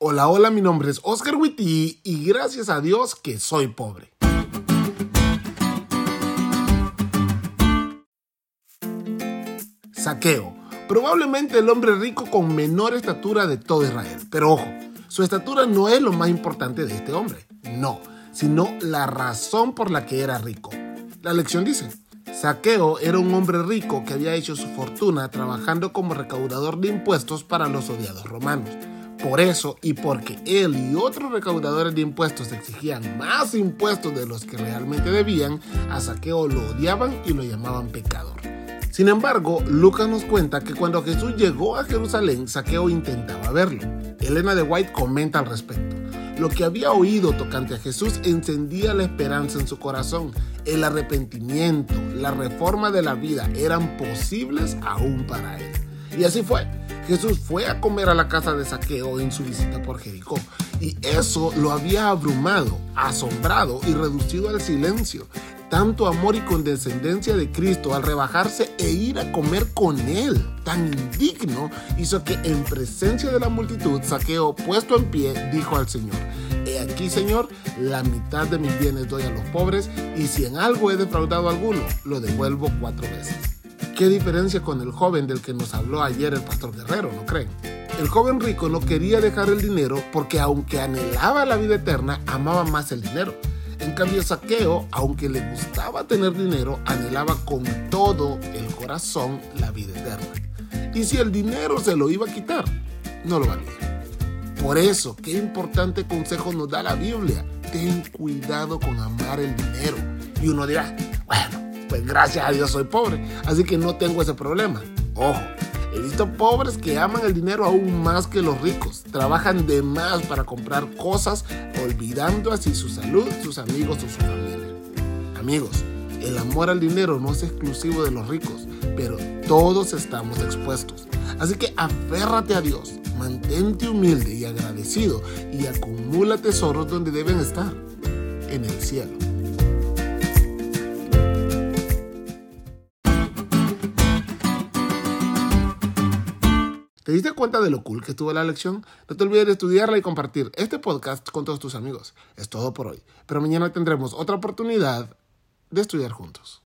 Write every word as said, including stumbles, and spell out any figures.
Hola, hola, mi nombre es Oscar Witty y gracias a Dios que soy pobre. Zaqueo, probablemente el hombre rico con menor estatura de todo Israel. Pero ojo, su estatura no es lo más importante de este hombre, no, sino la razón por la que era rico. La lección dice: Zaqueo era un hombre rico que había hecho su fortuna trabajando como recaudador de impuestos para los odiados romanos. Por eso, y porque él y otros recaudadores de impuestos exigían más impuestos de los que realmente debían, a Zaqueo lo odiaban y lo llamaban pecador. Sin embargo, Lucas nos cuenta que cuando Jesús llegó a Jerusalén, Zaqueo intentaba verlo. Elena de White comenta al respecto. Lo que había oído tocante a Jesús encendía la esperanza en su corazón. El arrepentimiento, la reforma de la vida eran posibles aún para él. Y así fue. Jesús fue a comer a la casa de Zaqueo en su visita por Jericó. Y eso lo había abrumado, asombrado y reducido al silencio. Tanto amor y condescendencia de Cristo al rebajarse e ir a comer con él, tan indigno, hizo que en presencia de la multitud, Zaqueo, puesto en pie, dijo al Señor: He aquí, Señor, la mitad de mis bienes doy a los pobres, y si en algo he defraudado a alguno, lo devuelvo cuatro veces. ¿Qué diferencia con el joven del que nos habló ayer el pastor Guerrero, no creen? El joven rico no quería dejar el dinero porque, aunque anhelaba la vida eterna, amaba más el dinero. En cambio, Zaqueo, aunque le gustaba tener dinero, anhelaba con todo el corazón la vida eterna. Y si el dinero se lo iba a quitar, no lo valía. Por eso, qué importante consejo nos da la Biblia: ten cuidado con amar el dinero. Y uno dirá: bueno, pues gracias a Dios soy pobre, así que no tengo ese problema. Ojo, he visto pobres que aman el dinero aún más que los ricos. Trabajan de más para comprar cosas, olvidando así su salud, sus amigos o su familia. Amigos, el amor al dinero no es exclusivo de los ricos, pero todos estamos expuestos. Así que aférrate a Dios, mantente humilde y agradecido y acumula tesoros donde deben estar, en el cielo. ¿Te diste cuenta de lo cool que estuvo la lección? No te olvides de estudiarla y compartir este podcast con todos tus amigos. Es todo por hoy, pero mañana tendremos otra oportunidad de estudiar juntos.